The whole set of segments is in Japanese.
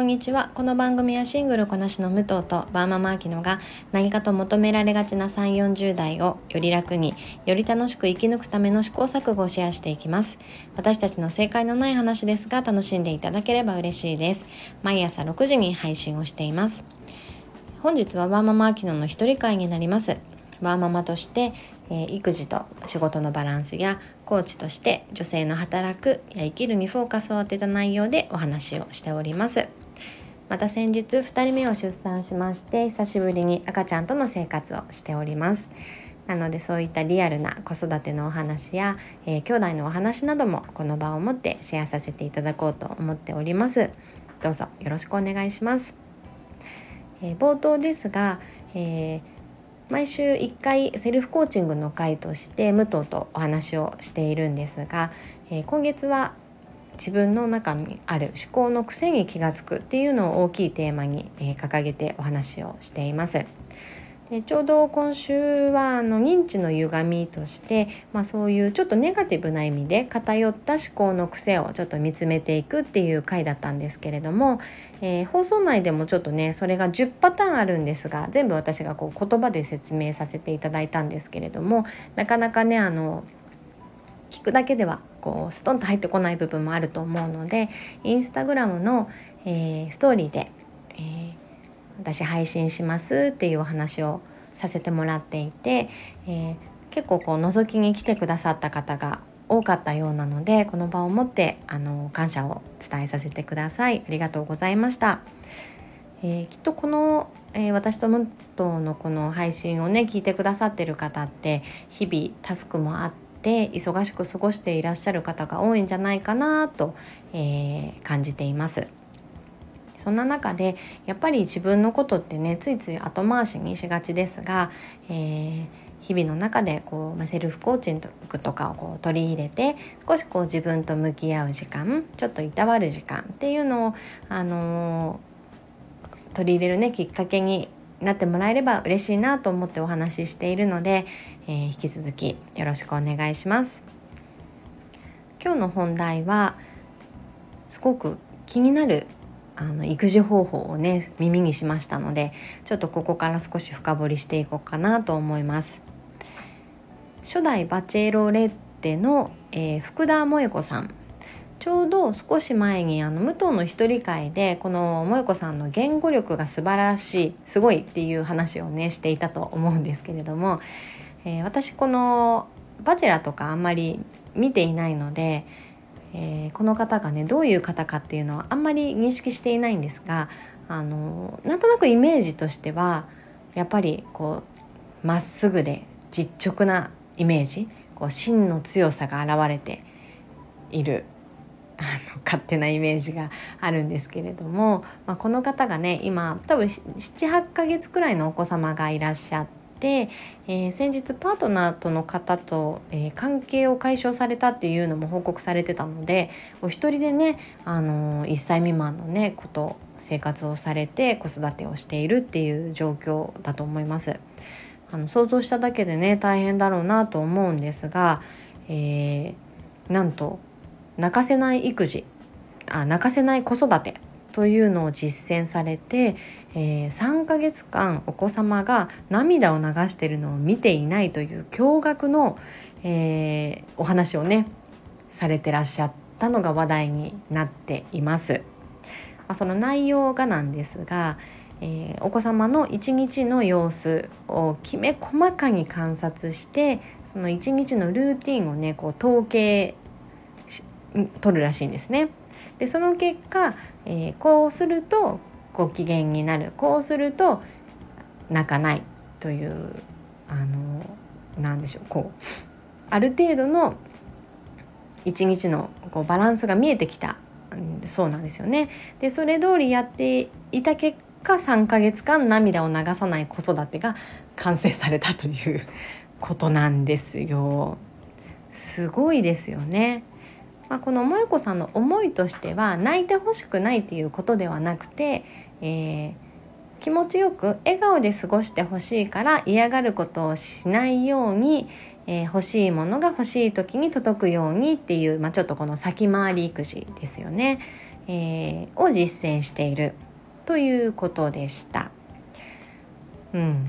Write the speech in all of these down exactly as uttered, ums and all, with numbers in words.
んにちは。この番組はシングルこなしの武藤とバーママアキノが何かと求められがちなさんじゅう、よんじゅう代をより楽により楽しく生き抜くための試行錯誤をシェアしていきます。私たちの正解のない話ですが、楽しんでいただければ嬉しいです。毎朝ろくじに配信をしています。本日はバーママアキノの一人会になります。バーママとして、えー、育児と仕事のバランスやコーチとして女性の働くや生きるにフォーカスを当てた内容でお話をしております。また先日ふたりめを出産しまして、久しぶりに赤ちゃんとの生活をしております。なのでそういったリアルな子育てのお話や、えー、兄弟のお話などもこの場をもってシェアさせていただこうと思っております。どうぞよろしくお願いします。えー、冒頭ですが、えー毎週いっかいセルフコーチングの会として武藤とお話をしているんですが、えー、今月は自分の中にある思考の癖に気がつくっていうのを大きいテーマに、えー、掲げてお話をしています。でちょうど今週はあの認知の歪みとして、まあ、そういうちょっとネガティブな意味で偏った思考の癖をちょっと見つめていくっていう回だったんですけれども、えー、放送内でもちょっとねそれがじゅうパターンあるんですが、全部私がこう言葉で説明させていただいたんですけれども、なかなかねあの聞くだけではこうストンと入ってこない部分もあると思うので、インスタグラムの、えー、ストーリーで、えー私配信しますっていうお話をさせてもらっていて、えー、結構こう覗きに来てくださった方が多かったようなので、この場をもってあの感謝を伝えさせてください。ありがとうございました。えー、きっとこの、えー、私とムットのこの配信をね聞いてくださってる方って日々タスクもあって忙しく過ごしていらっしゃる方が多いんじゃないかなと、えー、感じています。そんな中でやっぱり自分のことってねついつい後回しにしがちですが、えー、日々の中でこうセルフコーチングとかをこう取り入れて少しこう自分と向き合う時間、ちょっといたわる時間っていうのを、あのー、取り入れるねきっかけになってもらえれば嬉しいなと思ってお話ししているので、えー、引き続きよろしくお願いします。今日の本題はすごく気になるあの育児方法をね耳にしましたので、ちょっとここから少し深掘りしていこうかなと思います。初代バチェロレッテの、えー、福田萌子さん、ちょうど少し前にあの武藤の一人会でこの萌子さんの言語力が素晴らしいすごいっていう話をねしていたと思うんですけれども、えー、私このバチェラとかあんまり見ていないので、えー、この方がねどういう方かっていうのはあんまり認識していないんですが、あのなんとなくイメージとしてはやっぱりこうまっすぐで実直なイメージ、こう芯の強さが現れているあの勝手なイメージがあるんですけれども、まあ、この方がね今多分ななはちかげつくらいのお子様がいらっしゃってで、えー、先日パートナーとの方と、えー、関係を解消されたっていうのも報告されてたので、お一人でね、あのー、いっさい未満のねこと生活をされて子育てをしているっていう状況だと思います。あの想像しただけでね大変だろうなと思うんですが、えー、なんと泣かせない育児あ泣かせない子育てというのを実践されて、えー、さんかげつかんお子様が涙を流しているのを見ていないという驚愕の、えー、お話をねされてらっしゃったのが話題になっています。まあ、その内容がなんですが、えー、お子様のいちにちの様子をきめ細かに観察して、そのいちにちのルーティンをねこう統計取るらしいんですね。でその結果、えー、こうするとご機嫌になる、こうすると泣かないというあのなんでしょうこうある程度の一日のこうバランスが見えてきたそうなんですよね。でそれ通りやっていた結果さんかげつかん涙を流さない子育てが完成されたということなんですよ。すごいですよね。まあ、この萌子さんの思いとしては泣いてほしくないっていうことではなくて、えー、気持ちよく笑顔で過ごしてほしいから嫌がることをしないように、えー、欲しいものが欲しい時に届くようにっていう、まあ、ちょっとこの先回り育児ですよね。 えー、を実践しているということでした。うん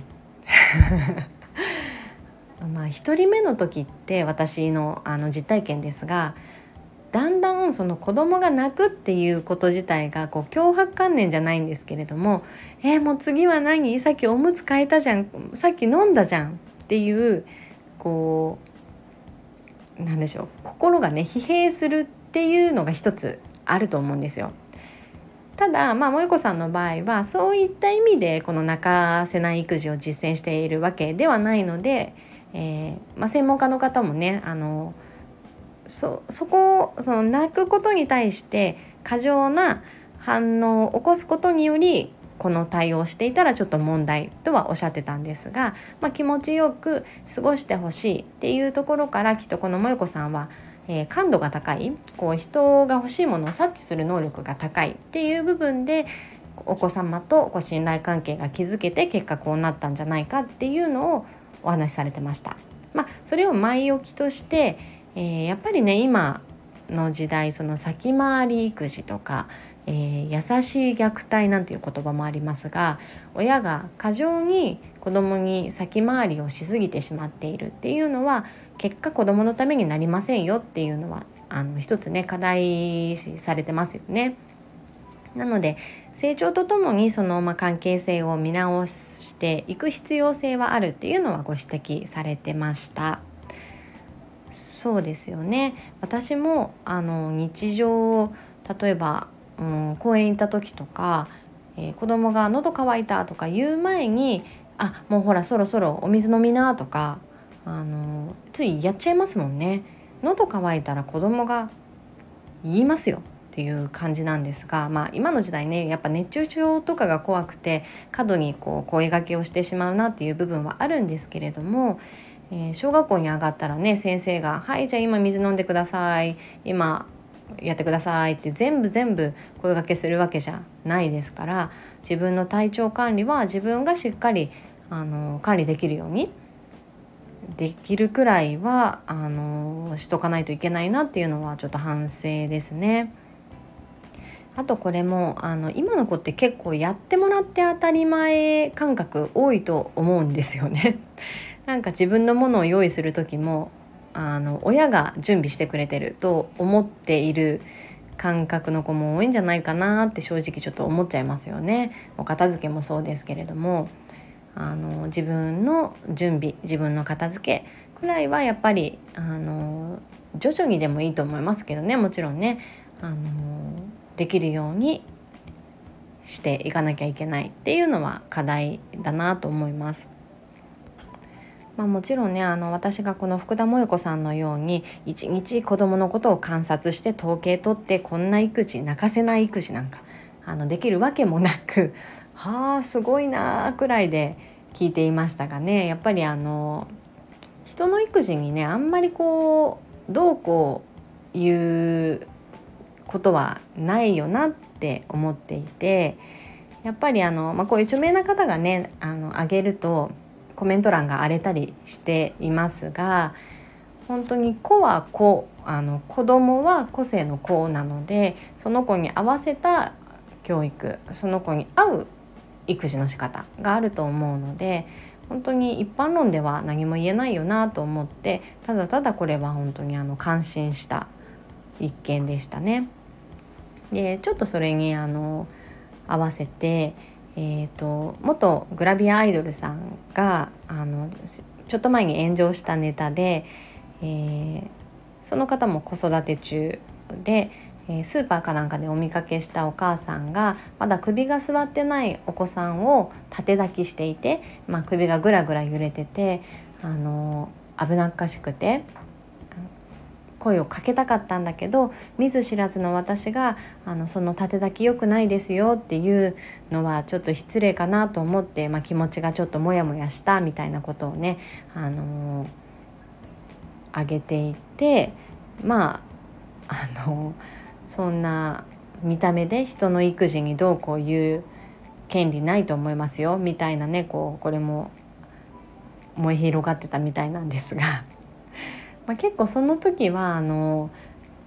まあ一人目の時って私のあの実体験ですが、だんだんその子供が泣くっていうこと自体がこう強迫観念じゃないんですけれども、えー、もう次は何、さっきおむつ替えたじゃん、さっき飲んだじゃんっていうこうなんでしょう、心がね疲弊するっていうのが一つあると思うんですよ。ただまあ萌子さんの場合はそういった意味でこの泣かせない育児を実践しているわけではないので、えーまあ、専門家の方もねあのそ, そこをその泣くことに対して過剰な反応を起こすことによりこの対応をしていたらちょっと問題とはおっしゃってたんですが、まあ、気持ちよく過ごしてほしいっていうところからきっとこの萌子さんは、えー、感度が高い、こう人が欲しいものを察知する能力が高いっていう部分でお子様とこう信頼関係が築けて結果こうなったんじゃないかっていうのをお話しされてました。まあ、それを前置きとしてえー、やっぱりね今の時代その先回り育児とか、えー、優しい虐待なんていう言葉もありますが、親が過剰に子供に先回りをしすぎてしまっているっていうのは結果子供のためになりませんよっていうのはあの一つね課題視されてますよね。なので成長とともにその、まあ、関係性を見直していく必要性はあるっていうのはご指摘されてました。そうですよね。私もあの日常例えば、うん、公園行った時とか、えー、子供が喉乾いたとか言う前にあもうほらそろそろお水飲みなとかあのついやっちゃいますもんね。喉乾いたら子供が言いますよっていう感じなんですが、まあ、今の時代ねやっぱ熱中症とかが怖くて過度にこう声掛けをしてしまうなっていう部分はあるんですけれども、えー、小学校に上がったらね先生がはいじゃあ今水飲んでください、今やってくださいって全部全部声掛けするわけじゃないですから、自分の体調管理は自分がしっかりあの管理できるようにできるくらいはあのしとかないといけないなっていうのはちょっと反省ですね。あとこれもあの今の子って結構やってもらって当たり前感覚多いと思うんですよね。なんか自分のものを用意する時もあの親が準備してくれてると思っている感覚の子も多いんじゃないかなって正直ちょっと思っちゃいますよね。お片付けもそうですけれども、あの自分の準備自分の片付けくらいはやっぱりあの徐々にでもいいと思いますけどね、もちろんねあのできるようにしていかなきゃいけないっていうのは課題だなと思います。まあ、もちろんねあの私がこの福田萌子さんのように一日子どものことを観察して統計取ってこんな育児泣かせない育児なんかあのできるわけもなくはあすごいなくらいで聞いていましたがね、やっぱりあの人の育児にねあんまりこうどうこういうことはないよなって思っていて、やっぱりあの、まあ、こういう著名な方がねあの上げるとコメント欄が荒れたりしていますが、本当に子は子あの子供は個性の子なので、その子に合わせた教育その子に合う育児の仕方があると思うので、本当に一般論では何も言えないよなと思って、ただただこれは本当にあの感心した一件でしたね。でちょっとそれにあの合わせて、えーと、元グラビアアイドルさんがあのちょっと前に炎上したネタで、えー、その方も子育て中で、えー、スーパーかなんかでお見かけしたお母さんがまだ首が座ってないお子さんを縦抱きしていて、まあ、首がぐらぐら揺れててあの危なっかしくて声をかけたかったんだけど、見ず知らずの私があのその縦抱き良くないですよっていうのはちょっと失礼かなと思って、まあ、気持ちがちょっとモヤモヤしたみたいなことをね、あのー、挙げていて、まああのー、そんな見た目で人の育児にどうこう言う権利ないと思いますよみたいなね、こうこれも燃え広がってたみたいなんですがまあ、結構その時はあの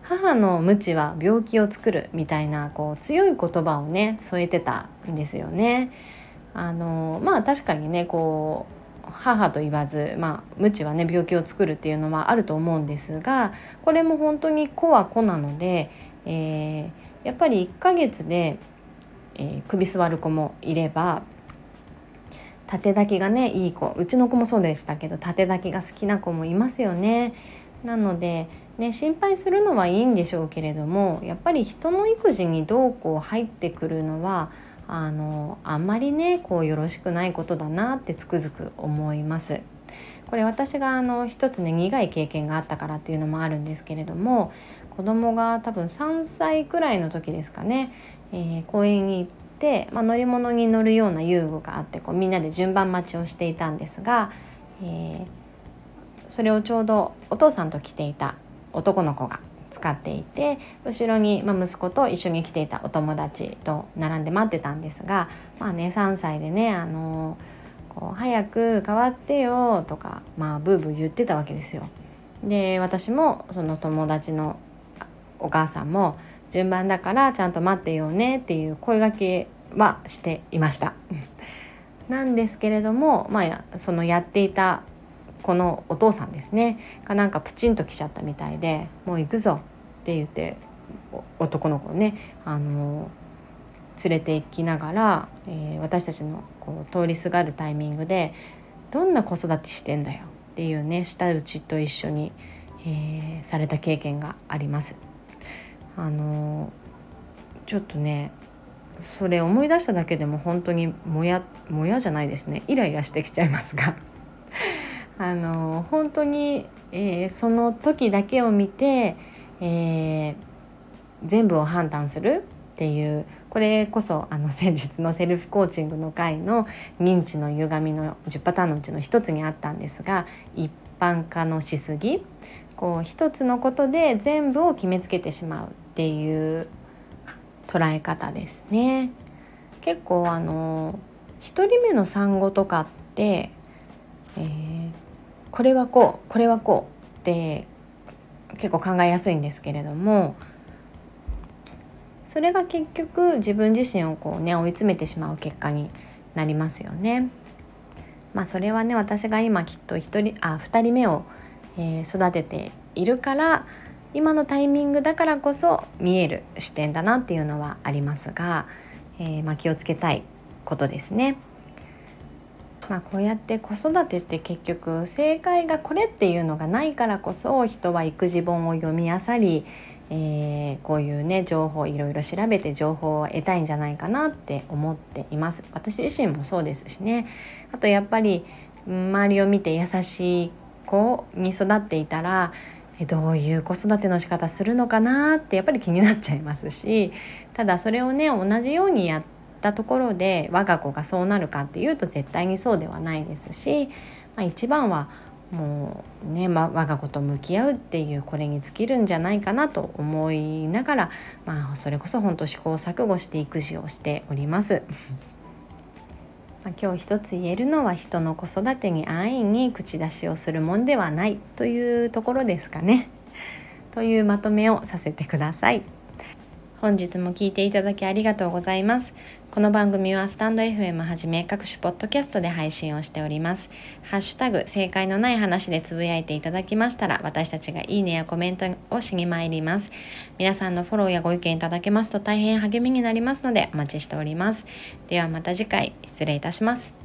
母の無は病気を作るみたいなこう強い言葉をね添えてたんですよね。あのまあ確かにねこう母と言わず、まあ、無知はね病気を作るっていうのはあると思うんですが、これも本当に子は子なので、えー、やっぱりいっかげつで、えー、首座る子もいれば、縦抱きがねいい子、うちの子もそうでしたけど縦抱きが好きな子もいますよね。なので、ね、心配するのはいいんでしょうけれども、やっぱり人の育児にどうこう入ってくるのはあのあんまりねこうよろしくないことだなってつくづく思います。これ私があの一つね苦い経験があったからっていうのもあるんですけれども、子供が多分さんさいくらいの時ですかね、えー、公園に行って、まあ、乗り物に乗るような遊具があって、こうみんなで順番待ちをしていたんですが、えー、それをちょうどお父さんと来ていた男の子が使っていて、後ろに、まあ、息子と一緒に来ていたお友達と並んで待ってたんですが、まあね、さんさいでね、あのこう早く変わってよとか、まあ、ブーブー言ってたわけですよ。で私もその友達のお母さんも順番だからちゃんと待ってよねっていう声掛けはしていましたなんですけれども、まあ、そのやっていたこのお父さんですねがなんかプチンときちゃったみたいで、もう行くぞって言って男の子をねあの連れて行きながら、えー、私たちのこう通りすがるタイミングで、どんな子育てしてんだよっていうね舌打ちと一緒に、えー、された経験があります。あのちょっとねそれ思い出しただけでも本当にもやもやじゃないですね、イライラしてきちゃいますがあの本当に、えー、その時だけを見て、えー、全部を判断するっていう、これこそあの先日のセルフコーチングの回の認知の歪みのじゅっパターンのうちの一つにあったんですが、一般化のしすぎ、こう一つのことで全部を決めつけてしまうっていう捉え方ですね。結構あの一人目の産後とかって、えー、これはこうこれはこうって結構考えやすいんですけれども、それが結局自分自身をこうね追い詰めてしまう結果になりますよね。まあそれはね私が今きっと一人あ二人目を、えー、育てているから、今のタイミングだからこそ見える視点だなっていうのはありますが、えー、まあ気をつけたいことですね。まあ、こうやって子育てって結局正解がこれっていうのがないからこそ、人は育児本を読み漁り、えー、こういうね情報いろいろ調べて情報を得たいんじゃないかなって思っています。私自身もそうですしね。あとやっぱり周りを見て優しい子に育っていたら、えどういう子育ての仕方するのかなってやっぱり気になっちゃいますし、ただそれをね同じようにやってたところで我が子がそうなるかっていうと絶対にそうではないですし、まあ、一番はもうね、まあ、我が子と向き合うっていうこれに尽きるんじゃないかなと思いながら、まあ、それこそ本当試行錯誤して育児をしておりますまあ今日一つ言えるのは、人の子育てに安易に口出しをするもんではないというところですかねというまとめをさせてください。本日も聞いていただきありがとうございます。この番組はスタンド エフエム はじめ各種ポッドキャストで配信をしております。ハッシュタグ正解のない話でつぶやいていただきましたら、私たちがいいねやコメントをしに参ります。皆さんのフォローやご意見いただけますと大変励みになりますのでお待ちしております。ではまた次回失礼いたします。